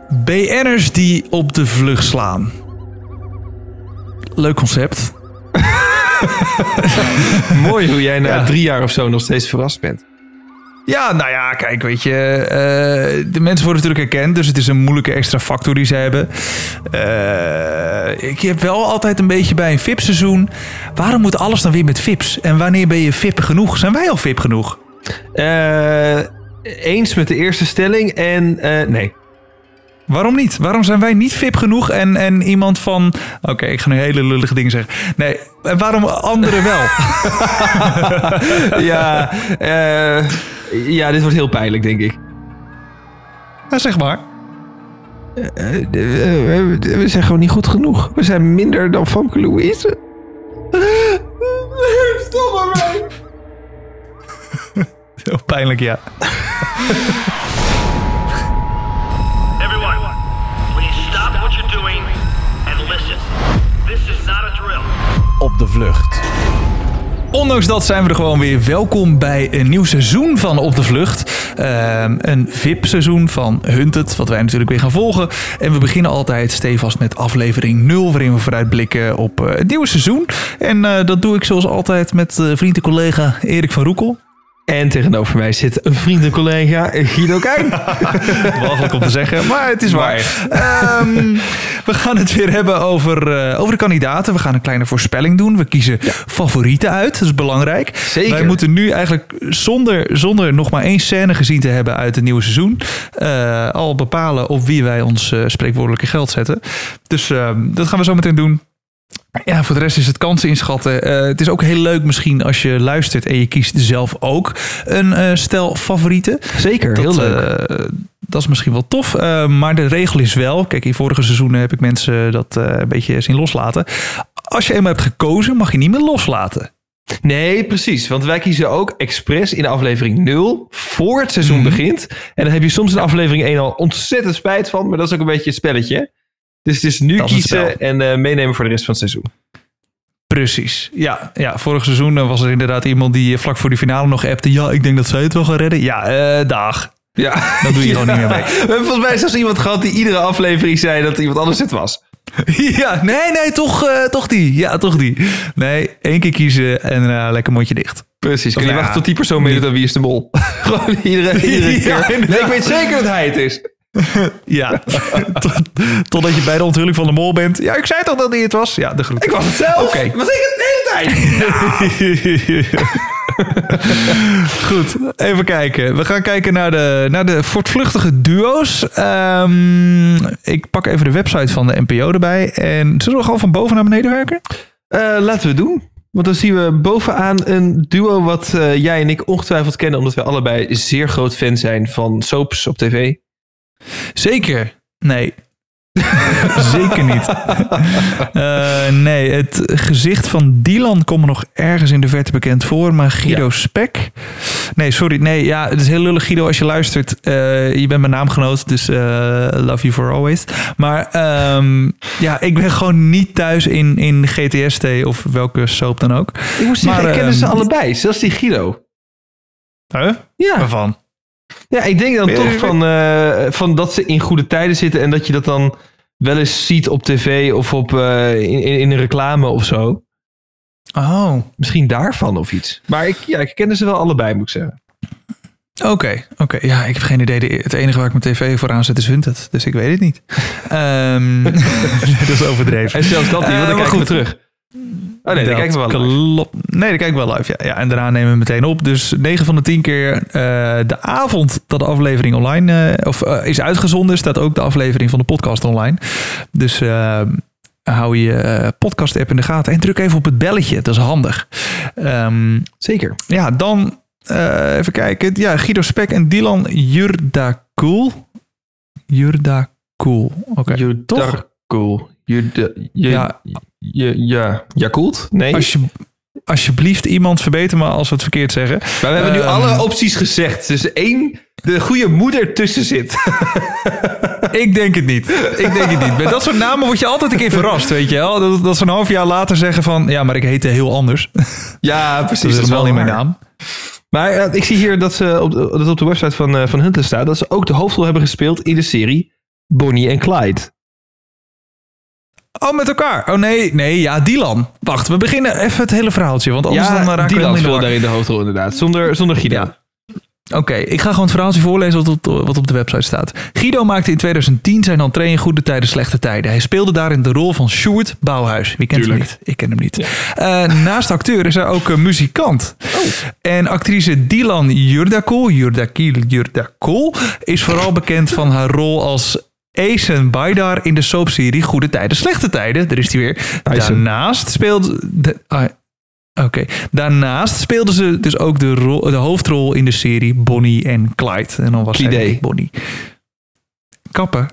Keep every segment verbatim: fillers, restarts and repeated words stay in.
B N'ers die op de vlucht slaan. Leuk concept. Mooi hoe jij na Ja. drie jaar of zo nog steeds verrast bent. Ja, nou ja, kijk, weet je, uh, de mensen worden natuurlijk herkend, dus het is een moeilijke extra factor die ze hebben. Uh, ik heb wel altijd een beetje bij een V I P-seizoen, waarom moet alles dan weer met V I P's? En wanneer ben je V I P genoeg? Zijn wij al V I P genoeg? Uh, eens met de eerste stelling en uh, nee. Waarom niet? Waarom zijn wij niet V I P genoeg en, en iemand van... Oké, okay, ik ga nu hele lullige dingen zeggen. Nee, en waarom anderen wel? ja, uh, ja, dit wordt heel pijnlijk, denk ik. Nou, zeg maar. Uh, uh, we, we zijn gewoon niet goed genoeg. We zijn minder dan Famke Louise. Stop maar mee. Heel pijnlijk, ja. Everyone, please stop what you're doing and listen. This is not a drill. Op de vlucht. Ondanks dat zijn we er gewoon weer. Welkom bij een nieuw seizoen van Op de Vlucht. Uh, een V I P-seizoen van Hunted, wat wij natuurlijk weer gaan volgen. En we beginnen altijd stevast met aflevering nul, waarin we vooruitblikken op uh, het nieuwe seizoen. En uh, dat doe ik zoals altijd met uh, vriend en collega Erik van Roekel. En tegenover mij zit een vriend en collega Guido Kuin. Walgelijk om te zeggen, maar het is waar. Um, we gaan het weer hebben over, uh, over de kandidaten. We gaan een kleine voorspelling doen. We kiezen ja. favorieten uit, dat is belangrijk. Zeker. Wij moeten nu eigenlijk zonder, zonder nog maar één scène gezien te hebben uit het nieuwe seizoen... Uh, al bepalen op wie wij ons uh, spreekwoordelijke geld zetten. Dus uh, dat gaan we zo meteen doen. Ja, voor de rest is het kansen inschatten. Uh, het is ook heel leuk misschien als je luistert en je kiest zelf ook een uh, stel favorieten. Zeker, dat, heel leuk. Uh, dat is misschien wel tof. Uh, maar de regel is wel... Kijk, in vorige seizoenen heb ik mensen dat uh, een beetje zien loslaten. Als je eenmaal hebt gekozen, mag je niet meer loslaten. Nee, precies. Want wij kiezen ook expres in aflevering nul voor het seizoen mm-hmm. begint. En dan heb je soms in aflevering één al ontzettend spijt van. Maar dat is ook een beetje het spelletje. Dus het is nu kiezen en uh, meenemen voor de rest van het seizoen. Precies. Ja, ja, vorig seizoen was er inderdaad iemand die vlak voor die finale nog appte. Ja, ik denk dat zij het wel gaan redden. Ja, uh, dag. Ja. Dan doe je ja. gewoon niet meer mee. We hebben volgens mij zelfs iemand gehad die iedere aflevering zei dat iemand anders het was. Ja, nee, nee, toch, uh, toch die. Ja, toch die. Nee, één keer kiezen en uh, lekker mondje dicht. Precies. Kun je nou, wachten tot die persoon meedoet aan Wie is de Mol? Gewoon iedere, iedere ja, keer. Nee, ik weet zeker dat hij het is. Ja, totdat je bij de onthulling van de mol bent. Ja, ik zei toch dat hij het was? Ja, de groet. Ik was het zelf. Oké. Okay. Was ik het de hele tijd? Nou. Goed, even kijken. We gaan kijken naar de, naar de voortvluchtige duo's. Um, ik pak even de website van de N P O erbij. En zullen we gewoon van boven naar beneden werken? Uh, laten we het doen. Want dan zien we bovenaan een duo wat uh, jij en ik ongetwijfeld kennen. Omdat we allebei zeer groot fan zijn van soaps op tv. Zeker. Nee. Zeker niet. Uh, nee, het gezicht van Dylan komt me nog ergens in de verte bekend voor. Maar Guido ja. Spek... Nee, sorry. Nee, ja, het is heel lullig, Guido, als je luistert. Uh, je bent mijn naamgenoot, dus uh, love you for always. Maar um, ja, ik ben gewoon niet thuis in, in G T S T of welke soap dan ook. Ik moest zeggen, ik ken um, ze allebei. Zelfs die Guido. Huh? Ja. Waarvan? Ja, ik denk dan toch van, uh, van dat ze in goede tijden zitten en dat je dat dan wel eens ziet op tv of op, uh, in, in een reclame of zo. Oh. Misschien daarvan of iets. Maar ik, ja, ik kende ze wel allebei, moet ik zeggen. Oké, okay, oké. Okay. Ja, ik heb geen idee. Het enige waar ik mijn tv voor aanzet is Hunted, dus ik weet het niet. um, dat is overdreven. En zelfs dat niet, want dan uh, kijk ik terug. Oh nee, dat kijken we wel live. Nee, dat kijken we wel live. Ja. ja, en daarna nemen we meteen op. Dus negen van de tien keer uh, de avond dat de aflevering online uh, of uh, is uitgezonden, staat ook de aflevering van de podcast online. Dus uh, hou je uh, podcast app in de gaten en druk even op het belletje. Dat is handig. Um, Zeker. Ja, dan uh, even kijken. Ja, Guido Spek en Dylan Jurdakul. Jurdakul. Oké. Okay. Jurdakul. Je, je, ja, je, ja, Yakult? Nee. Als je, alsjeblieft, iemand verbeter me als we het verkeerd zeggen. Maar we hebben um, nu alle opties gezegd. Dus één, de goede moeder tussen zit. Ik denk het niet. Ik denk het niet. Bij dat soort namen word je altijd een keer verrast, weet je wel. Dat, dat ze een half jaar later zeggen van, ja, maar ik heette heel anders. Ja, precies. Dat is helemaal niet mijn naam. Maar uh, ik zie hier dat ze op de, dat op de website van, uh, van Hunter staat dat ze ook de hoofdrol hebben gespeeld in de serie Bonnie en Clyde. Oh, met elkaar. Oh nee, nee, ja, Dylan. Wacht, we beginnen even het hele verhaaltje. Want anders dan raken we Dylan helemaal in de speelde war. daar in de hoofdrol inderdaad. Zonder, zonder Guido. Ja. Oké, okay, ik ga gewoon het verhaaltje voorlezen wat op, wat op de website staat. Guido maakte in twintig tien zijn entree in Goede Tijden, Slechte Tijden. Hij speelde daarin de rol van Sjoerd Bouwhuis. Wie kent Tuurlijk. hem niet? Ik ken hem niet. Ja. Uh, naast acteur is hij ook uh, muzikant. Oh. En actrice Dylan Yurdakul, Yurdakil Yurdakul, is vooral bekend van haar rol als Aysen Baydar in de soapserie Goede Tijden, Slechte Tijden. Daar is hij weer. Aysen. Daarnaast speelde... De, uh, Oké. Okay. Daarnaast speelde ze dus ook de, rol, de hoofdrol in de serie Bonnie en Clyde. En dan was Idee. zij Bonnie. Kappen.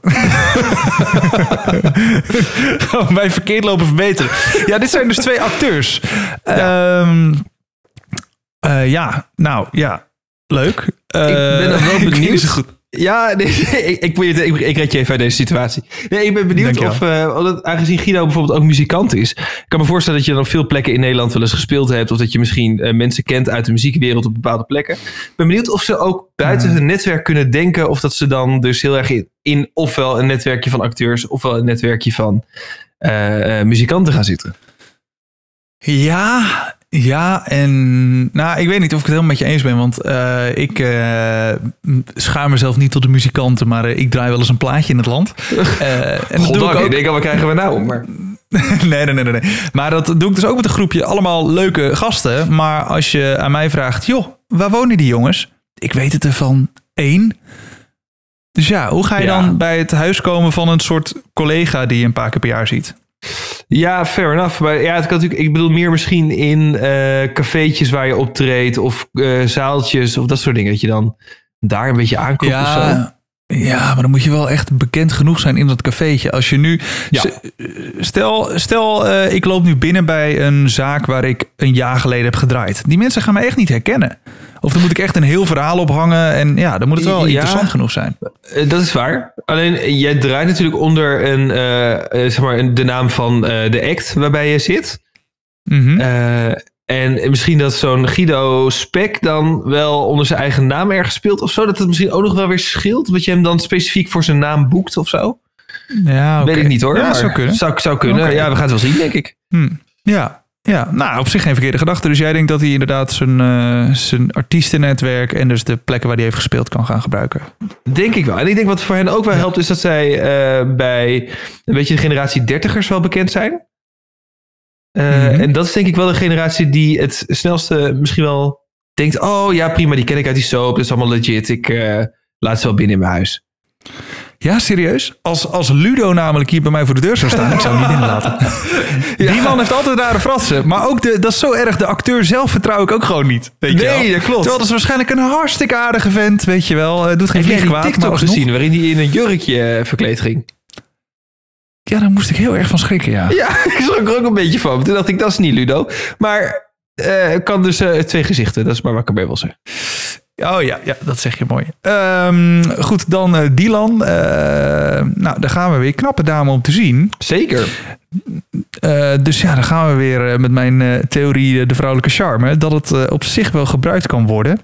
Gaan wij verkeerd lopen verbeteren. Ja, dit zijn dus twee acteurs. Ja, um, uh, ja nou ja, leuk. Uh, ik ben dan wel benieuwd. Goed. Ja, nee, ik, ik, ik, ik, ik red je even uit deze situatie. Nee, ik ben benieuwd of, uh, aangezien Guido bijvoorbeeld ook muzikant is. Ik kan me voorstellen dat je dan op veel plekken in Nederland wel eens gespeeld hebt. Of dat je misschien uh, mensen kent uit de muziekwereld op bepaalde plekken. Ik ben benieuwd of ze ook buiten hun netwerk kunnen denken. Of dat ze dan dus heel erg in, in ofwel een netwerkje van acteurs. Ofwel een netwerkje van uh, uh, muzikanten gaan zitten. Ja, ja en nou, ik weet niet of ik het helemaal met je eens ben, want uh, ik uh, schaar mezelf niet tot de muzikanten, maar uh, ik draai wel eens een plaatje in het land. Uh, en God dank, ik, ik denk al, wat krijgen we nou? Maar... nee, nee, nee, nee. Maar dat doe ik dus ook met een groepje allemaal leuke gasten. Maar als je aan mij vraagt, joh, waar wonen die jongens? Ik weet het ervan één. Dus ja, hoe ga je ja. dan bij het huis komen van een soort collega die je een paar keer per jaar ziet? Ja, fair enough. Maar ja, het kan natuurlijk, ik bedoel meer misschien in uh, cafeetjes waar je optreedt of uh, zaaltjes of dat soort dingen. Dat je dan daar een beetje aankomt ja, of zo. Ja, maar dan moet je wel echt bekend genoeg zijn in dat cafeetje. Als je nu... Ja. Stel, stel uh, ik loop nu binnen bij een zaak waar ik een jaar geleden heb gedraaid. Die mensen gaan mij echt niet herkennen. Of dan moet ik echt een heel verhaal ophangen. En ja, dan moet het wel ja, interessant genoeg zijn. Dat is waar. Alleen, jij draait natuurlijk onder een, uh, zeg maar de naam van uh, de act waarbij je zit. Mm-hmm. Uh, en misschien dat zo'n Guido Spek dan wel onder zijn eigen naam ergens speelt of zo. Dat het misschien ook nog wel weer scheelt. Dat je hem dan specifiek voor zijn naam boekt of zo. Ja, okay. Weet ik niet hoor. Ja, zou kunnen. Zou, zou kunnen. Okay. Ja, we gaan het wel zien, denk ik. Hmm. Ja. Ja, nou, op zich geen verkeerde gedachte. Dus jij denkt dat hij inderdaad zijn, uh, zijn artiestennetwerk en dus de plekken waar hij heeft gespeeld kan gaan gebruiken? Denk ik wel. En ik denk wat voor hen ook wel helpt is dat zij uh, bij een beetje de generatie dertigers wel bekend zijn. Uh, mm-hmm. En dat is denk ik wel de generatie die het snelste misschien wel denkt, oh ja prima, die ken ik uit die soap, dat is allemaal legit. Ik uh, laat ze wel binnen in mijn huis. Ja, serieus? Als, als Ludo namelijk hier bij mij voor de deur zou staan, ik zou hem niet binnenlaten. Ja. Die man heeft altijd rare fratsen. Maar ook de, dat is zo erg, de acteur zelf vertrouw ik ook gewoon niet. Weet je nee, wel? Dat klopt. Terwijl dat is waarschijnlijk een hartstikke aardige vent, weet je wel. Uh, doet geen vlieg kwaad. Heb je TikTok gezien waarin hij in een jurkje uh, verkleed ging? Ja, daar moest ik heel erg van schrikken, ja. Ja, ik schrok er ook een beetje van. Toen dacht ik, dat is niet Ludo. Maar uh, kan dus uh, twee gezichten, dat is maar wat ik erbij wil zeggen. Oh ja, ja, dat zeg je mooi. Um, goed, dan uh, Dylan. Uh, nou, daar gaan we weer. Knappe dame om te zien. Zeker. Uh, dus ja, dan gaan we weer uh, met mijn uh, theorie uh, de vrouwelijke charme. Dat het uh, op zich wel gebruikt kan worden.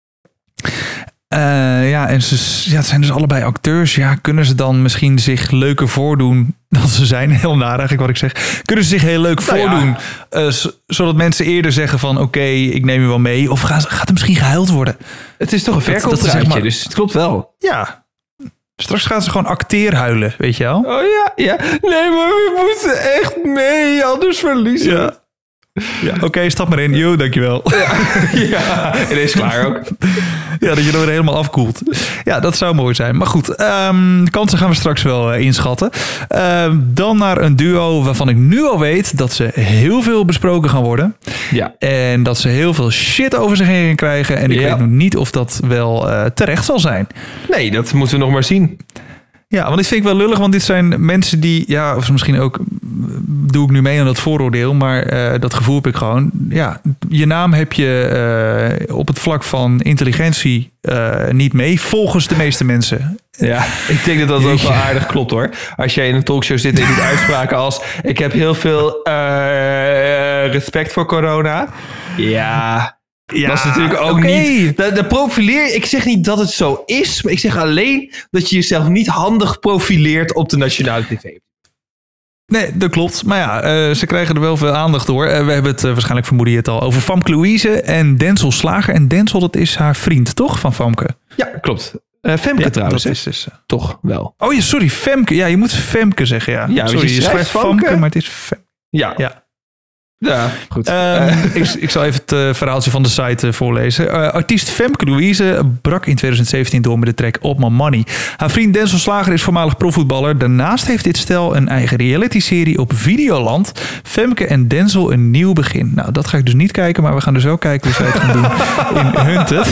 Uh, ja, en ze ja, het zijn dus allebei acteurs. Ja, kunnen ze dan misschien zich leuker voordoen dan ze zijn? Heel naar eigenlijk wat ik zeg. Kunnen ze zich heel leuk nou voordoen? Ja. Uh, z- zodat mensen eerder zeggen van oké, okay, ik neem je wel mee. Of gaat, gaat er misschien gehuild worden? Het is toch een verkooppraatje, zeg maar, dus het klopt wel. Ja. Straks gaan ze gewoon acteer huilen, weet je wel? Oh ja, ja. Nee, maar we moeten echt mee, anders verliezen. Ja. Ja, oké, okay, stap maar in. Jo, dankjewel. Ja, ja, en is klaar ook. Ja, dat je er weer helemaal afkoelt. Ja, dat zou mooi zijn. Maar goed, um, kansen gaan we straks wel uh, inschatten. Uh, dan naar een duo waarvan ik nu al weet dat ze heel veel besproken gaan worden. Ja. En dat ze heel veel shit over zich heen krijgen. En ik ja. weet nog niet of dat wel uh, terecht zal zijn. Nee, dat moeten we nog maar zien. Ja, want dit vind ik wel lullig, want dit zijn mensen die, ja, of misschien ook, doe ik nu mee aan dat vooroordeel, maar uh, dat gevoel heb ik gewoon. Ja, je naam heb je uh, op het vlak van intelligentie uh, niet mee, volgens de meeste mensen. Ja, ik denk dat dat ook wel aardig klopt hoor. Als jij in een talkshow zit en je doet uitspraken als, ik heb heel veel uh, respect voor corona. Ja, Ja, dat is natuurlijk ook oké. niet... De, de profileer, ik zeg niet dat het zo is, maar ik zeg alleen dat je jezelf niet handig profileert op de nationale tv. Nee, dat klopt. Maar ja, uh, ze krijgen er wel veel aandacht door. Uh, we hebben het, uh, waarschijnlijk vermoeden je het al, over Famke Louise en Denzel Slager. En Denzel, dat is haar vriend, toch? Van Famke. Ja, klopt. Uh, Femke ja, trouwens. Dat is dus, uh... Toch wel. Oh ja, sorry, Femke. Ja, je moet Femke zeggen, ja. Ja, sorry, je schrijft Famke, Famke, maar het is Femke. Ja. Ja. Ja, goed. Um, uh. ik, ik zal even het uh, verhaaltje van de site uh, voorlezen. Uh, artiest Femke Louise brak in twintig zeventien door met de track Op My Money. Haar vriend Denzel Slager is voormalig profvoetballer. Daarnaast heeft dit stel een eigen realityserie op Videoland. Femke en Denzel een nieuw begin. Nou, dat ga ik dus niet kijken, maar we gaan dus wel kijken hoe zij het gaan doen in Hunted.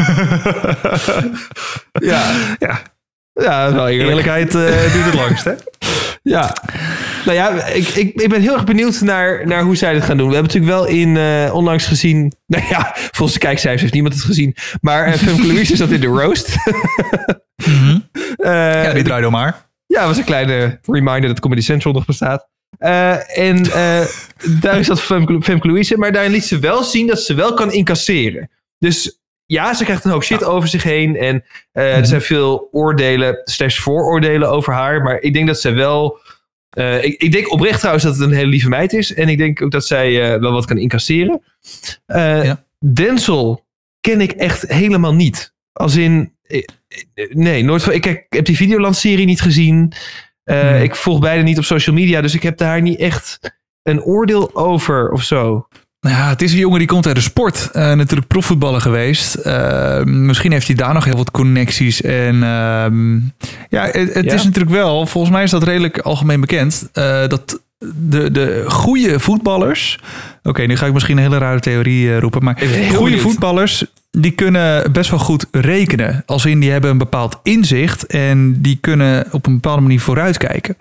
ja, ja. Ja, wel eerlijk. Eerlijkheid uh, duurt het langst, hè? Ja. Nou ja, ik, ik, ik ben heel erg benieuwd naar, naar hoe zij dit gaan doen. We hebben natuurlijk wel in uh, onlangs gezien... Nou ja, volgens de kijkcijfers heeft niemand het gezien. Maar uh, Femke Louise zat in de roast. mm-hmm. uh, ja, die draait door maar. Ja, dat was een kleine reminder dat Comedy Central nog bestaat. Uh, en uh, daar is dat Femke, Femke Louise. Maar daarin liet ze wel zien dat ze wel kan incasseren. Dus... Ja, ze krijgt een hoop shit ja. over zich heen. En uh, mm-hmm. er zijn veel oordelen, slash vooroordelen over haar. Maar ik denk dat zij wel... Uh, ik, ik denk oprecht trouwens dat het een hele lieve meid is. En ik denk ook dat zij uh, wel wat kan incasseren. Uh, ja. Denzel ken ik echt helemaal niet. Als in... Nee, nooit van... Ik heb die Videoland-serie niet gezien. Uh, mm. Ik volg beide niet op social media. Dus ik heb daar niet echt een oordeel over of zo. Ja, het is een jongen die komt uit de sport. Uh, natuurlijk profvoetballer geweest. Uh, misschien heeft hij daar nog heel wat connecties. En uh, ja, het, het ja. is natuurlijk wel... Volgens mij is dat redelijk algemeen bekend. Uh, dat de, de goede voetballers... Oké, okay, nu ga ik misschien een hele rare theorie uh, roepen. Maar goede voetballers... Die kunnen best wel goed rekenen. Als in, die hebben een bepaald inzicht. En die kunnen op een bepaalde manier vooruitkijken.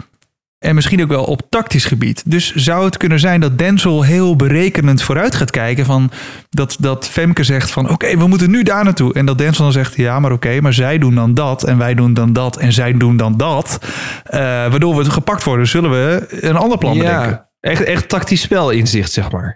En misschien ook wel op tactisch gebied. Dus zou het kunnen zijn dat Denzel heel berekenend vooruit gaat kijken. Van dat, dat Femke zegt van oké, okay, we moeten nu daar naartoe. En dat Denzel dan zegt ja, maar oké, okay, maar zij doen dan dat. En wij doen dan dat. En zij doen dan dat. Uh, waardoor we gepakt worden. Zullen we een ander plan ja, bedenken. Echt, echt tactisch spelinzicht, zeg maar.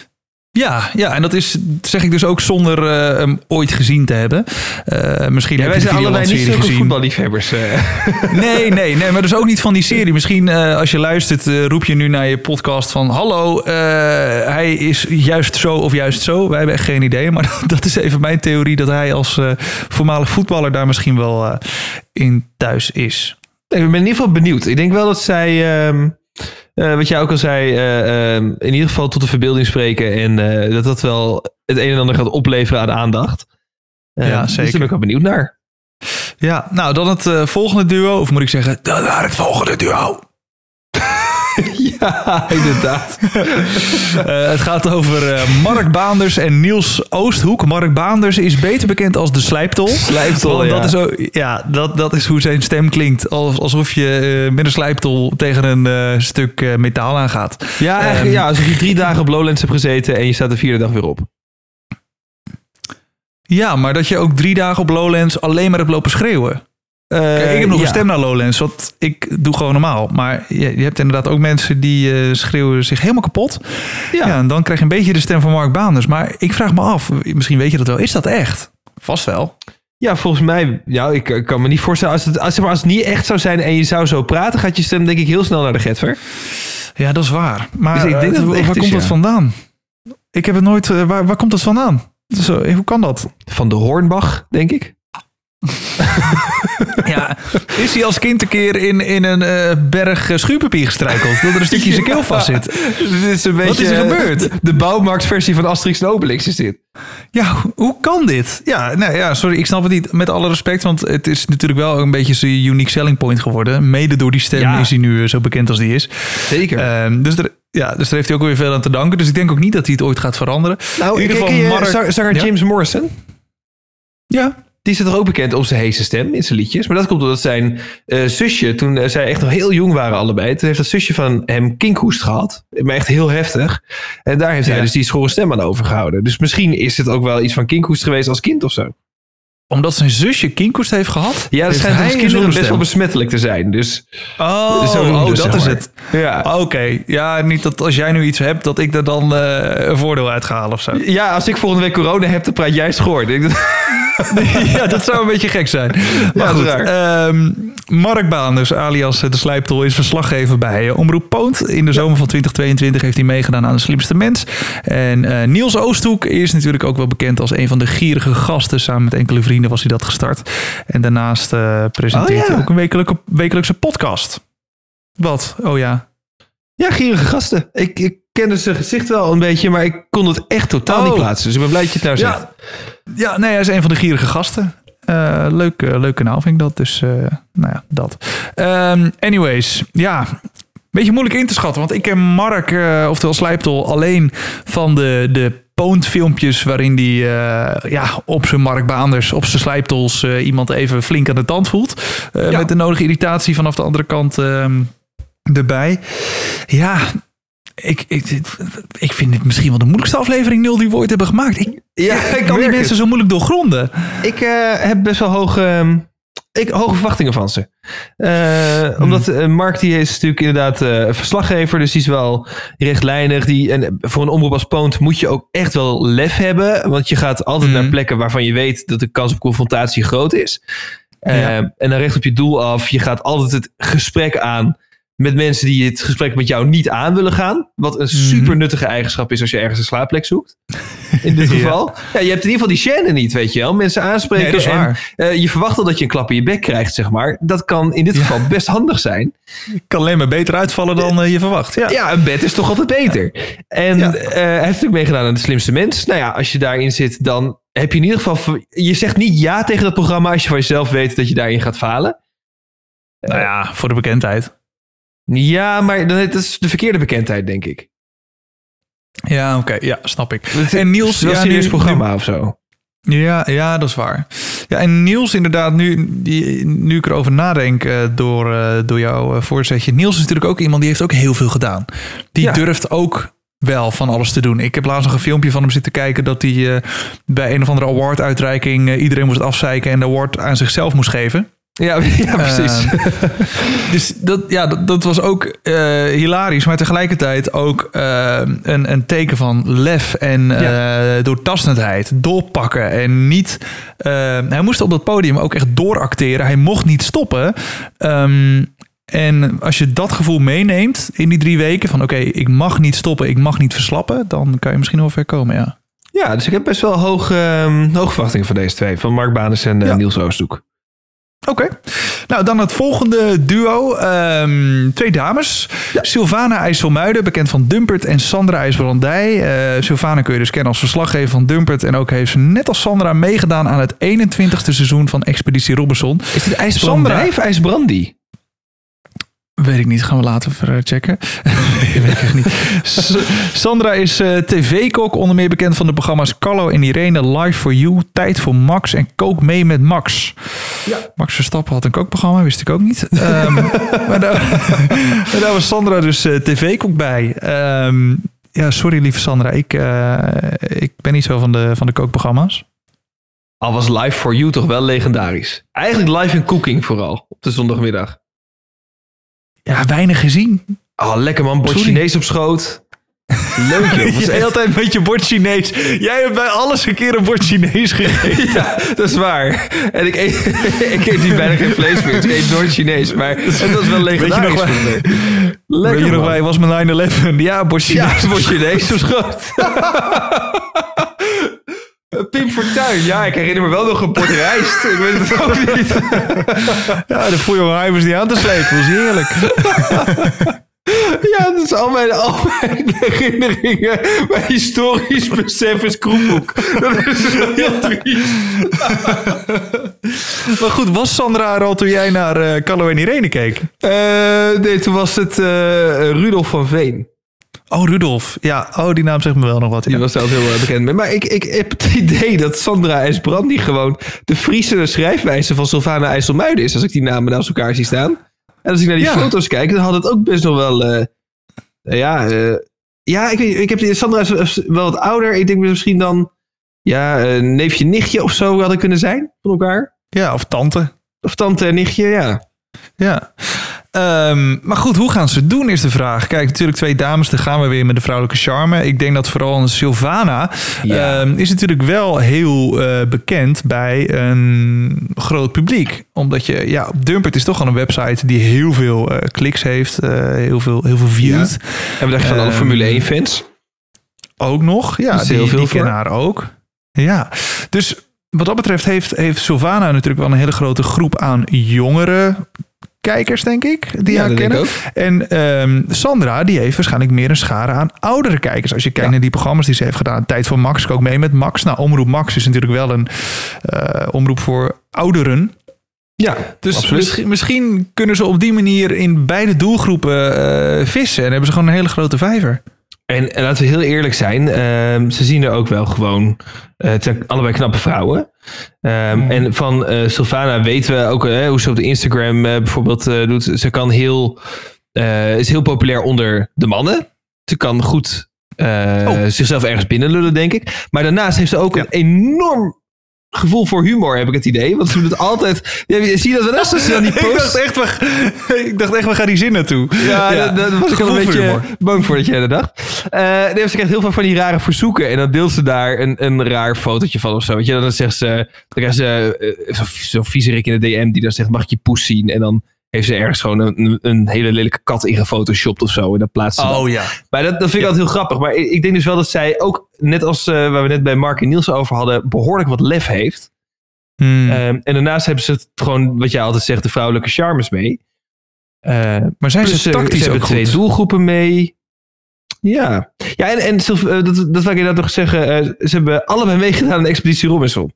Ja, ja, en dat is, zeg ik dus ook zonder uh, hem ooit gezien te hebben. Uh, misschien ja, wij zijn allebei niet zulke voetballiefhebbers. Uh. Nee, nee, nee, maar dus ook niet van die serie. Misschien uh, als je luistert, uh, roep je nu naar je podcast van... Hallo, uh, hij is juist zo of juist zo. Wij hebben echt geen idee, maar dat is even mijn theorie... dat hij als uh, voormalig voetballer daar misschien wel uh, in thuis is. Nee, ik ben in ieder geval benieuwd. Ik denk wel dat zij... Uh... Uh, wat jij ook al zei, uh, uh, in ieder geval tot de verbeelding spreken. En uh, dat dat wel het een en ander gaat opleveren aan aandacht. Uh, ja, zeker. Dus daar ben ik wel benieuwd naar. Ja, nou dan het uh, volgende duo. Of moet ik zeggen, dan naar het volgende duo. Ja, inderdaad. uh, het gaat over uh, Mark Baanders en Niels Oosthoek. Mark Baanders is beter bekend als de Slijptol. Slijptol, ja. Dat is, ook, ja, dat, dat is hoe zijn stem klinkt. Alsof je uh, met een slijptol tegen een uh, stuk uh, metaal aangaat. Ja, eigenlijk, um, ja, alsof je drie dagen op Lowlands hebt gezeten en je staat de vierde dag weer op. Ja, maar dat je ook drie dagen op Lowlands alleen maar hebt lopen schreeuwen. Uh, Kijk, ik heb nog ja. een stem naar Lowlands, want ik doe gewoon normaal. Maar je, je hebt inderdaad ook mensen die uh, schreeuwen zich helemaal kapot. Ja. ja, en dan krijg je een beetje de stem van Mark Baanders. Maar ik vraag me af, misschien weet je dat wel, is dat echt? Vast wel. Ja, volgens mij, ja, ik, ik kan me niet voorstellen. Als het, als, als het niet echt zou zijn en je zou zo praten, gaat je stem denk ik heel snel naar de getver. Ja, dat is waar. Maar dus ik denk uh, dat het waar is, komt ja. dat vandaan? Ik heb het nooit, uh, waar, waar komt dat vandaan? Zo, hoe kan dat? Van de Hornbach, denk ik. Ja, is hij als kind een keer in, in een uh, berg uh, schuurpapier gestruikeld? Dat er een stukje in zijn keel vast zit. Dit is een beetje, wat is er gebeurd? De, de bouwmarktversie van Asterix en Obelix is dit. Ja, hoe kan dit? Ja, nee, ja, sorry, ik snap het niet. Met alle respect, want het is natuurlijk wel een beetje zijn unique selling point geworden. Mede door die stem ja. is hij nu zo bekend als die is. Zeker. Um, dus, er, ja, dus daar heeft hij ook weer veel aan te danken. Dus ik denk ook niet dat hij het ooit gaat veranderen. Nou, in ieder geval, je, Mark... zanger James ja? Morrison? Ja. Die is er ook bekend om zijn heese stem in zijn liedjes. Maar dat komt omdat zijn uh, zusje, toen uh, zij echt nog heel jong waren allebei... toen heeft dat zusje van hem kinkhoest gehad. Maar echt heel heftig. En daar heeft ja. hij dus die schorre stem aan overgehouden. Dus misschien is het ook wel iets van kinkhoest geweest als kind of zo. Omdat zijn zusje kinkhoest heeft gehad? Ja, dat heeft schijnt hij als een kinderen best wel zonnestem. besmettelijk te zijn. Dus, Oh, dus zo doen oh we dat zeg is maar. het. Ja. Oké, okay. Ja, niet dat als jij nu iets hebt, dat ik er dan uh, een voordeel uit ga halen of zo. Ja, als ik volgende week corona heb, dan praat jij schoor. Ja, dat zou een beetje gek zijn. Maar ja, goed, um, Mark Baanders, alias De Slijptol, is verslaggever bij Omroep Poont. In de zomer ja. van twintig tweeëntwintig heeft hij meegedaan aan De Slimste Mens. En uh, Niels Oosthoek is natuurlijk ook wel bekend als een van de gierige gasten. Samen met enkele vrienden was hij dat gestart. En daarnaast uh, presenteert oh, ja. hij ook een wekelijke, wekelijkse podcast. Wat? Oh ja. Ja, gierige gasten. Ik, ik kende zijn gezicht wel een beetje, maar ik kon het echt totaal oh. niet plaatsen. Dus ik ben blij dat je het nou zegt. Ja, ja nee, hij is een van de gierige gasten. Uh, leuk, uh, leuk kanaal vind ik dat. Dus, uh, nou ja, dat. Um, anyways, ja... Beetje moeilijk in te schatten, want ik ken Mark, uh, oftewel Slijptol, alleen van de, de Poont-filmpjes waarin hij uh, ja, op zijn Mark Baanders, op zijn Slijptols uh, iemand even flink aan de tand voelt. Uh, ja. Met de nodige irritatie vanaf de andere kant uh, erbij. Ja, ik, ik, ik vind dit misschien wel de moeilijkste aflevering nul die we ooit hebben gemaakt. Ik, ja, ik kan die mensen het. zo moeilijk doorgronden. Ik uh, heb best wel hoog... Uh... Ik hoge verwachtingen van ze. Uh, hmm. Omdat uh, Mark die is natuurlijk inderdaad uh, verslaggever. Dus die is wel rechtlijnig. Die, en voor een omroep als Poont moet je ook echt wel lef hebben. Want je gaat altijd hmm. naar plekken waarvan je weet dat de kans op confrontatie groot is. Uh, ja. En dan recht op je doel af. Je gaat altijd het gesprek aan met mensen die het gesprek met jou niet aan willen gaan. Wat een super nuttige eigenschap is als je ergens een slaapplek zoekt. In dit geval. Ja. Ja, je hebt in ieder geval die chaîne niet, weet je wel. Mensen aanspreken. Nee, dat is waar. En uh, je verwacht al dat je een klap in je bek krijgt, zeg maar. Dat kan in dit ja. geval best handig zijn. Kan alleen maar beter uitvallen dan uh, je verwacht. Ja. ja, een bed is toch altijd beter. En ja. uh, hij heeft natuurlijk meegedaan aan De Slimste Mens. Nou ja, als je daarin zit, dan heb je in ieder geval... Je zegt niet ja tegen dat programma als je van jezelf weet dat je daarin gaat falen. Nou ja, voor de bekendheid. Ja, maar dat is de verkeerde bekendheid, denk ik. Ja, oké. Okay, ja, snap ik. En Niels, wel een serieus programma of zo. Ja, ja, dat is waar. Ja, en Niels inderdaad, nu, die, nu ik erover nadenk uh, door, uh, door jouw uh, voorzetje. Niels is natuurlijk ook iemand die heeft ook heel veel gedaan. Die ja. durft ook wel van alles te doen. Ik heb laatst nog een filmpje van hem zitten kijken dat hij uh, bij een of andere award-uitreiking uh, iedereen moest afzeiken en de award aan zichzelf moest geven. Ja, ja, precies. Uh, dus dat, ja, dat, dat was ook uh, hilarisch, maar tegelijkertijd ook uh, een, een teken van lef en uh, ja. doortastendheid, doorpakken en niet... Uh, hij moest op dat podium ook echt dooracteren. Hij mocht niet stoppen. Um, en als je dat gevoel meeneemt in die drie weken van oké, okay, ik mag niet stoppen, ik mag niet verslappen, dan kan je misschien wel ver komen, ja. Ja, dus ik heb best wel hoog, um, hoog verwachtingen van deze twee, van Mark Baanders en uh, ja. Niels Oosthoek. Oké. Okay. Nou, dan het volgende duo. Um, twee dames. Ja. Sylvana IJsselmuiden, bekend van Dumpert, en Sandra IJsbrandij. Uh, Sylvana kun je dus kennen als verslaggever van Dumpert. En ook heeft ze net als Sandra meegedaan aan het eenentwintigste seizoen van Expeditie Robinson. Is dit IJsbrandij of IJsbrandi? Weet ik niet, gaan we later even checken. Weet ik echt niet. S- Sandra is uh, tv-kok, onder meer bekend van de programma's Carlo en Irene, Live for You, Tijd voor Max en Kook mee met Max. Ja. Max Verstappen had een kookprogramma, wist ik ook niet. Um, maar, daar, maar daar was Sandra dus uh, tv-kok bij. Um, ja, sorry lieve Sandra, ik, uh, ik ben niet zo van de, van de kookprogramma's. Al was Live for You toch wel legendarisch. Eigenlijk live in cooking vooral, op de zondagmiddag. Ja, weinig gezien. Oh, lekker man. Bord Chinees op schoot. Leuk joh. Was echt... altijd met je bord Chinees. Jij hebt bij alles een keer een bord Chinees gegeten. Ja, dat is waar. En ik eet, ik eet niet bijna geen vlees meer. Ik eet nooit Chinees. Maar het was wel legendarisch. Weet je nog waar, lekker, weet je nog waar was mijn nine eleven? Ja, bord Chinees. Ja, bord Chinees op schoot. Pim Fortuyn. Ja, ik herinner me wel nog een bord rijst. Ik weet het ook niet. Ja, de Fouillon was niet aan te slepen. Dat was heerlijk. Ja, dat is al mijn, al mijn herinneringen. Mijn historisch besef is kroephoek. Dat is heel triest. Maar goed, was Sandra er al toen jij naar uh, Carlo en Irene keek? Uh, nee, toen was het uh, Rudolf van Veen. Oh, Rudolf. Ja, oh, die naam zegt me wel nog wat. Ja. Die was zelf heel uh, bekend mee. Maar ik, ik heb het idee dat Sandra IJsbrandi gewoon de Friese schrijfwijze van Sylvana IJsselmuiden is. Als ik die namen naast elkaar zie staan. En als ik naar die ja. foto's kijk, dan had het ook best nog wel... Uh, uh, ja, uh, ja, ik weet ik heb die Sandra is wel wat ouder. Ik denk misschien dan ja, uh, neefje, nichtje of zo hadden kunnen zijn van elkaar. Ja, of tante. Of tante en nichtje, ja. Ja. Um, maar goed, hoe gaan ze het doen is de vraag. Kijk, natuurlijk twee dames, dan gaan we weer met de vrouwelijke charme. Ik denk dat vooral een Sylvana ja. um, is natuurlijk wel heel uh, bekend bij een groot publiek. Omdat je, ja, Dumpert is toch al een website die heel veel uh, kliks heeft. Uh, heel veel, heel veel views. Ja. En we dachten van um, alle Formule één fans. Ook nog, ja, die, heel veel die kennen haar ook. Ja, dus wat dat betreft heeft, heeft Sylvana natuurlijk wel een hele grote groep aan jongere kijkers, denk ik, die ja, haar kennen. En um, Sandra, die heeft waarschijnlijk meer een schare aan oudere kijkers. Als je kijkt ja. naar die programma's die ze heeft gedaan. Tijd voor Max, ik ook mee met Max. Nou, Omroep Max is natuurlijk wel een uh, omroep voor ouderen. Ja, dus misschien, misschien kunnen ze op die manier in beide doelgroepen uh, vissen. En hebben ze gewoon een hele grote vijver. En, en laten we heel eerlijk zijn, uh, ze zien er ook wel gewoon, uh, het zijn allebei knappe vrouwen. Um, mm. En van uh, Sylvana weten we ook uh, hoe ze op de Instagram uh, bijvoorbeeld uh, doet. Ze kan heel, uh, is heel populair onder de mannen. Ze kan goed uh, oh. zichzelf ergens binnenlullen, denk ik. Maar daarnaast heeft ze ook ja. een enorm gevoel voor humor, heb ik het idee. Want ze doet het altijd. Ja, zie je dat wel eens? Als ze dan die post... ik, dacht echt, we, ik dacht echt, we gaan die zin naartoe. Ja, ja. daar was ik al een beetje humor. bang voor dat jij dat dacht. Uh, nee, ze krijgt heel veel van die rare verzoeken. En dan deelt ze daar een, een raar fotootje van of zo. Weet je? Dan zegt ze, dan krijgt ze uh, zo'n zo viezerik in de D M die dan zegt, mag ik je poes zien? En dan heeft ze ergens gewoon een, een hele lelijke kat in gefotoshopt of zo. En dan plaatst ze Oh dat. ja. Maar dat, dat vind ik ja. altijd heel grappig. Maar ik, ik denk dus wel dat zij ook, net als uh, waar we net bij Mark en Niels over hadden, behoorlijk wat lef heeft. Hmm. Um, en daarnaast hebben ze het gewoon, wat jij altijd zegt, de vrouwelijke charmes mee. Uh, maar zijn ze tactisch ze ook hebben goed? Twee doelgroepen mee. Ja. Ja, en, en uh, dat, dat wil ik inderdaad nog zeggen. Uh, ze hebben allebei meegedaan aan de Expeditie Robinson.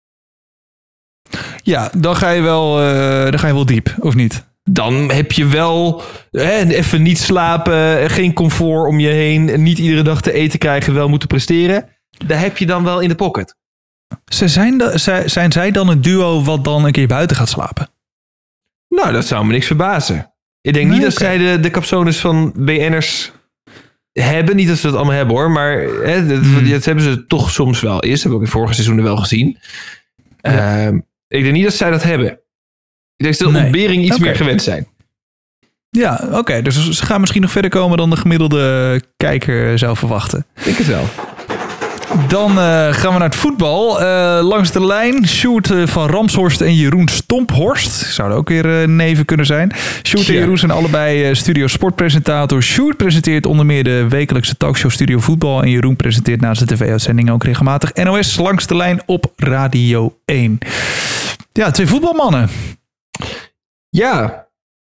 Ja, dan ga je wel, uh, dan ga je wel diep, of niet? Dan heb je wel hè, even niet slapen, geen comfort om je heen, niet iedere dag te eten krijgen, wel moeten presteren. Daar heb je dan wel in de pocket. Ze zijn, de, zij, zijn zij dan een duo wat dan een keer buiten gaat slapen? Nou, dat zou me niks verbazen. Ik denk nee, niet okay. dat zij de, de capsones van B N'ers hebben. Niet dat ze dat allemaal hebben hoor. Maar hè, dat, hmm. dat hebben ze toch soms wel eens. Dat hebben we ook in vorige seizoenen wel gezien. Ja. Uh, ik denk niet dat zij dat hebben. Ik denk dat de nee. ontbering iets okay. meer gewend zijn. Ja, oké. Okay. Dus ze gaan misschien nog verder komen dan de gemiddelde kijker zou verwachten. Ik denk het wel. Dan uh, gaan we naar het voetbal. Uh, langs de lijn, Sjoerd uh, van Ramshorst en Jeroen Stomphorst. Zouden ook weer uh, neven kunnen zijn. Sjoerd ja. en Jeroen zijn allebei uh, studio sportpresentator. Sjoerd presenteert onder meer de wekelijkse talkshow Studio Voetbal. En Jeroen presenteert naast de tv-uitzendingen ook regelmatig N O S langs de lijn op Radio één. Ja, twee voetbalmannen. Ja.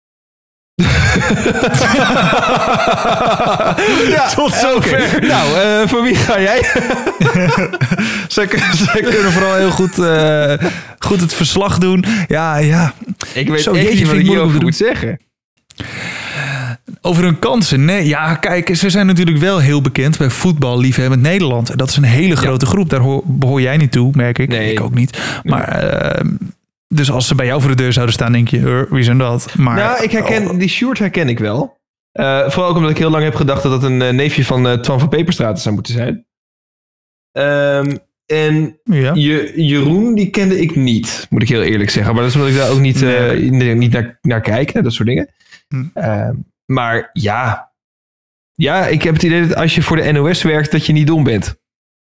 ja, tot zover. Okay. Nou, uh, voor wie ga jij? zij, zij kunnen vooral heel goed, uh, goed het verslag doen. Ja, ja. Ik weet Zo, echt niet wat ik hierover moet zeggen. Over hun kansen. Nee, ja, kijk, ze zijn natuurlijk wel heel bekend bij voetballiefhebbend Nederland. Dat is een hele grote ja. groep. Daar hoor, behoor jij niet toe, merk ik. Nee. Ik ook niet. Maar... Uh, Dus als ze bij jou voor de deur zouden staan, denk je, wie zijn dat? Maar, nou, ik herken, oh. die Sjoerd herken ik wel. Uh, vooral ook omdat ik heel lang heb gedacht dat dat een uh, neefje van uh, Twan van Peperstraten zou moeten zijn. Um, en ja. je, Jeroen, die kende ik niet, moet ik heel eerlijk zeggen. Maar dat is omdat ik daar ook niet, uh, nee. niet naar, naar kijk, hè, dat soort dingen. Hm. Uh, maar ja. Ja, ik heb het idee dat als je voor de N O S werkt, dat je niet dom bent.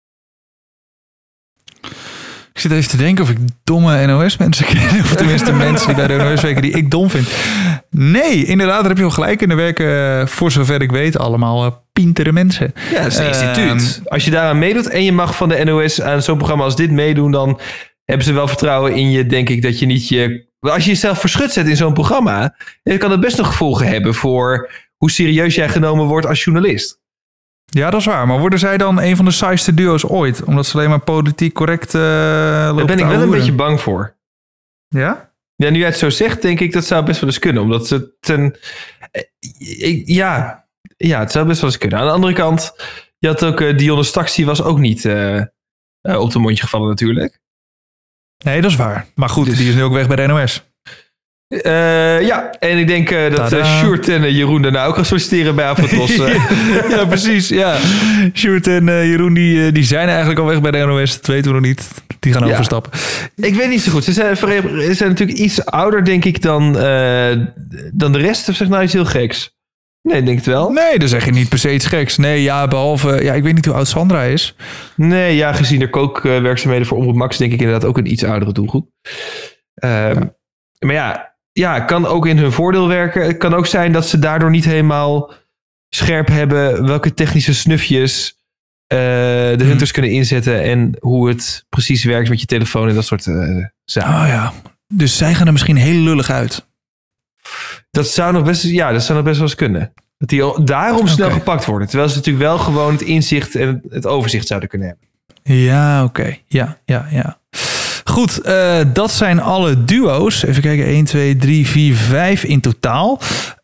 Ik zit even te denken of ik domme N O S-mensen ken. Of tenminste mensen die bij de N O S werken die ik dom vind. Nee, inderdaad, daar heb je wel gelijk. En er werken, voor zover ik weet, allemaal uh, pintere mensen. Ja, dat is een uh, instituut. Als je daaraan meedoet en je mag van de N O S aan zo'n programma als dit meedoen, dan hebben ze wel vertrouwen in je, denk ik, dat je niet je... Als je jezelf verschut zet in zo'n programma, dan kan het best nog gevolgen hebben voor hoe serieus jij genomen wordt als journalist. Ja, dat is waar. Maar worden zij dan een van de saaiste duo's ooit? Omdat ze alleen maar politiek correct uh, lopen. Daar ben ik wel een beetje bang voor. Ja? Ja, nu jij het zo zegt, denk ik dat zou best wel eens kunnen. Omdat ze ten... Ja, ja, het zou best wel eens kunnen. Aan de andere kant, je had ook uh, Dionne Staks, die was ook niet uh, uh, op de mondje gevallen natuurlijk. Nee, dat is waar. Maar goed, dus... die is nu ook weg bij de N O S. Uh, ja, en ik denk uh, dat uh, Sjoerd en uh, Jeroen daarna ook gaan solliciteren bij Afrotros. Ja, precies. Ja. Sjoerd en uh, Jeroen die, uh, die zijn eigenlijk al weg bij de N O S. Dat weten we nog niet. Die gaan ja. overstappen. Ik weet niet zo goed. Ze zijn, ze zijn natuurlijk iets ouder, denk ik, dan, uh, dan de rest. Of zeg nou iets heel geks? Nee, ik denk het wel. Nee, dan zeg je niet per se iets geks. Nee, ja, behalve... Ja, ik weet niet hoe oud Sandra is. Nee, ja, gezien de kookwerkzaamheden voor Omroep Max... denk ik inderdaad ook een iets oudere doelgroep. Um, ja. Maar ja, ja, kan ook in hun voordeel werken. Het kan ook zijn dat ze daardoor niet helemaal scherp hebben... welke technische snufjes uh, de hmm. hunters kunnen inzetten... en hoe het precies werkt met je telefoon en dat soort uh, zaken. Oh ja, dus zij gaan er misschien heel lullig uit. Dat zou nog best, ja, dat zou nog best wel eens kunnen. Dat die daarom snel okay. gepakt worden. Terwijl ze natuurlijk wel gewoon het inzicht en het overzicht zouden kunnen hebben. Ja, oké. Okay. Ja, ja, ja. Goed, uh, dat zijn alle duo's. Even kijken, één, twee, drie, vier, vijf in totaal.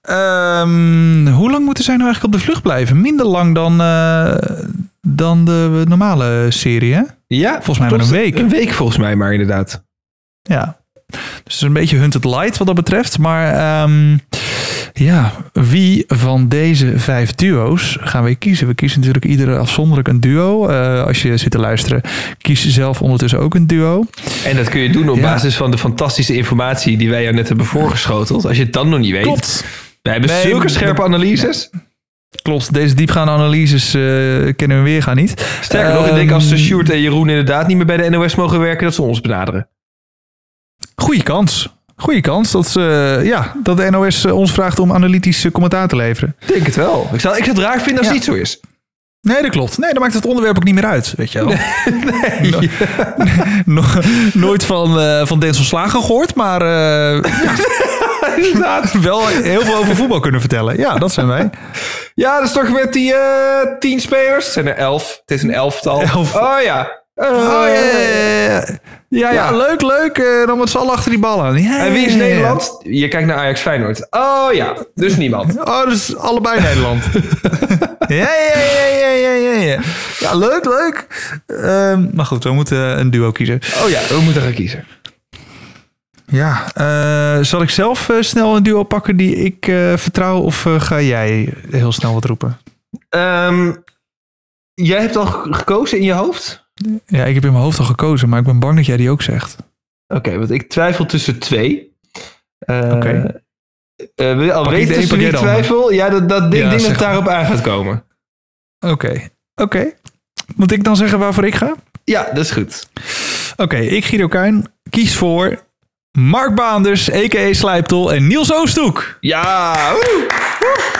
Um, hoe lang moeten zij nou eigenlijk op de vlucht blijven? Minder lang dan, uh, dan de normale serie, hè? Ja, volgens mij maar een week. Een week volgens mij maar inderdaad. Ja. Dus een beetje Hunted Light wat dat betreft. Maar um, ja, wie van deze vijf duo's gaan we kiezen? We kiezen natuurlijk iedere afzonderlijk een duo. Uh, als je zit te luisteren, kies zelf ondertussen ook een duo. En dat kun je doen op ja. basis van de fantastische informatie die wij jou net hebben voorgeschoteld. Als je het dan nog niet weet. Klopt. Wij hebben nee, zulke scherpe analyses. Ja. Klopt, deze diepgaande analyses uh, kennen we weer gaan niet. Sterker um, nog, ik denk als Sjoerd en Jeroen inderdaad niet meer bij de N O S mogen werken, dat ze ons benaderen. Goeie kans. Goeie kans dat, ze, ja, dat de N O S ons vraagt om analytisch commentaar te leveren. Ik denk het wel. Ik zou, ik zou het raar vinden als ja. het niet zo is. Nee, dat klopt. Nee, dan maakt het onderwerp ook niet meer uit, weet je wel. Nee. No, no, nooit van, uh, van Denzel Slager gehoord, maar uh, ja, inderdaad wel heel veel over voetbal kunnen vertellen. Ja, dat zijn wij. Ja, dat is toch met die uh, tien spelers? Het zijn er elf. Het is een elftal. Elf. Oh ja. Uh, oh, ja, ja, ja. Ja, ja, leuk, leuk. Uh, dan met z'n allen achter die ballen. Ja, en wie is Nederland? Ja. Je kijkt naar Ajax Feyenoord. Oh ja, dus niemand. Oh, dus allebei Nederland. ja, ja, ja, ja, ja, ja. Ja, leuk, leuk. Um, maar goed, we moeten een duo kiezen. Oh ja, we moeten gaan kiezen. Ja, uh, zal ik zelf uh, snel een duo pakken die ik uh, vertrouw? Of uh, ga jij heel snel wat roepen? Um, jij hebt al gekozen in je hoofd? Ja, ik heb in mijn hoofd al gekozen, maar ik ben bang dat jij die ook zegt. Oké, okay, want ik twijfel tussen twee. Uh, Oké. Okay. Uh, al weet je tussen die twijfel? Ja, dat, dat denk ja, denk dat het daarop aan gaat komen. Oké, okay. oké. Okay. Moet ik dan zeggen waarvoor ik ga? Ja, dat is goed. Oké, okay, ik, Guido Kuin, kies voor Mark Baanders, a k a. Slijptol en Niels Oosthoek. Ja, woe, woe.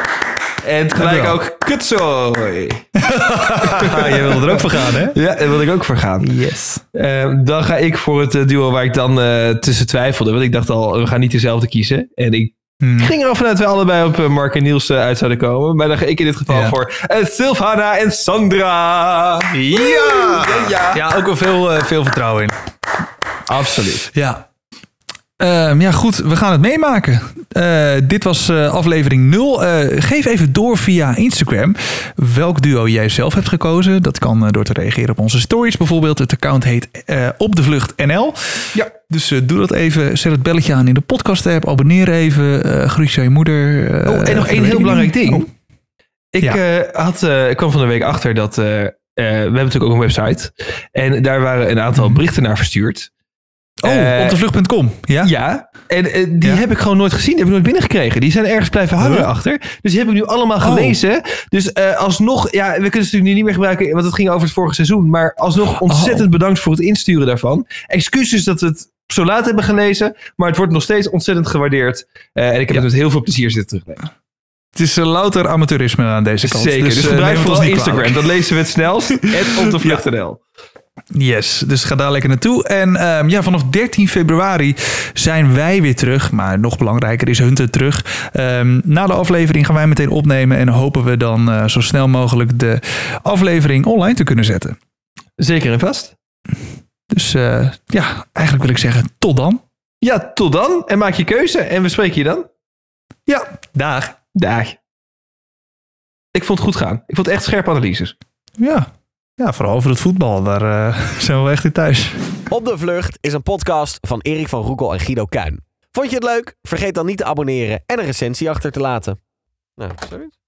En tegelijk ook kutzooi. Jij wilde er ook voor gaan, hè? Ja, daar wilde ik ook voor gaan. Yes. Uh, dan ga ik voor het duo waar ik dan uh, tussen twijfelde. Want ik dacht al, we gaan niet dezelfde kiezen. En ik hmm. ging er al vanuit we allebei op Mark en Niels uh, uit zouden komen. Maar dan ga ik in dit geval ja. voor uh, Silvana en Sandra. Ja! Ja, ja ook wel veel, uh, veel vertrouwen in. Absoluut. Ja. Um, ja, goed. We gaan het meemaken. Uh, dit was uh, aflevering nul. Uh, geef even door via Instagram welk duo jij zelf hebt gekozen. Dat kan uh, door te reageren op onze stories bijvoorbeeld. Het account heet uh, Op de Vlucht N L. Ja. Dus uh, doe dat even. Zet het belletje aan in de podcast app. Abonneer even. Uh, groet aan je moeder. Uh, oh, en nog één heel belangrijk ding. Oh. Ik, ja. uh, had, uh, ik kwam van de week achter dat... Uh, uh, we hebben natuurlijk ook een website. En daar waren een aantal berichten naar verstuurd. Oh, uh, op de vlucht punt com. Ja, ja. En uh, die ja. heb ik gewoon nooit gezien. Die heb ik nooit binnengekregen. Die zijn ergens blijven hangen huh? achter. Dus die heb ik nu allemaal gelezen. Oh. Dus uh, alsnog, ja, we kunnen het natuurlijk nu niet meer gebruiken, want het ging over het vorige seizoen. Maar alsnog ontzettend oh. bedankt voor het insturen daarvan. Excuses dat we het zo laat hebben gelezen. Maar het wordt nog steeds ontzettend gewaardeerd. Uh, en ik heb ja. het met heel veel plezier zitten teruglezen. Het is uh, louter amateurisme aan deze kant. Zeker. Dus, dus gebruik uh, vooral Instagram. Dan lezen we het snelst. Het op de vlucht punt n l. Yes, dus ga daar lekker naartoe. En um, ja, vanaf dertien februari zijn wij weer terug. Maar nog belangrijker is Hunter terug. Um, na de aflevering gaan wij meteen opnemen. En hopen we dan uh, zo snel mogelijk de aflevering online te kunnen zetten. Zeker en vast. Dus uh, ja, eigenlijk wil ik zeggen tot dan. Ja, tot dan. En maak je keuze. En we spreken je dan. Ja, dag. Dag. Ik vond het goed gaan. Ik vond het echt scherpe analyses. Ja. Ja, vooral over het voetbal. Daar uh, zijn we echt in thuis. Op de Vlucht is een podcast van Erik van Roekel en Guido Kuin. Vond je het leuk? Vergeet dan niet te abonneren en een recensie achter te laten. Nou, zoiets.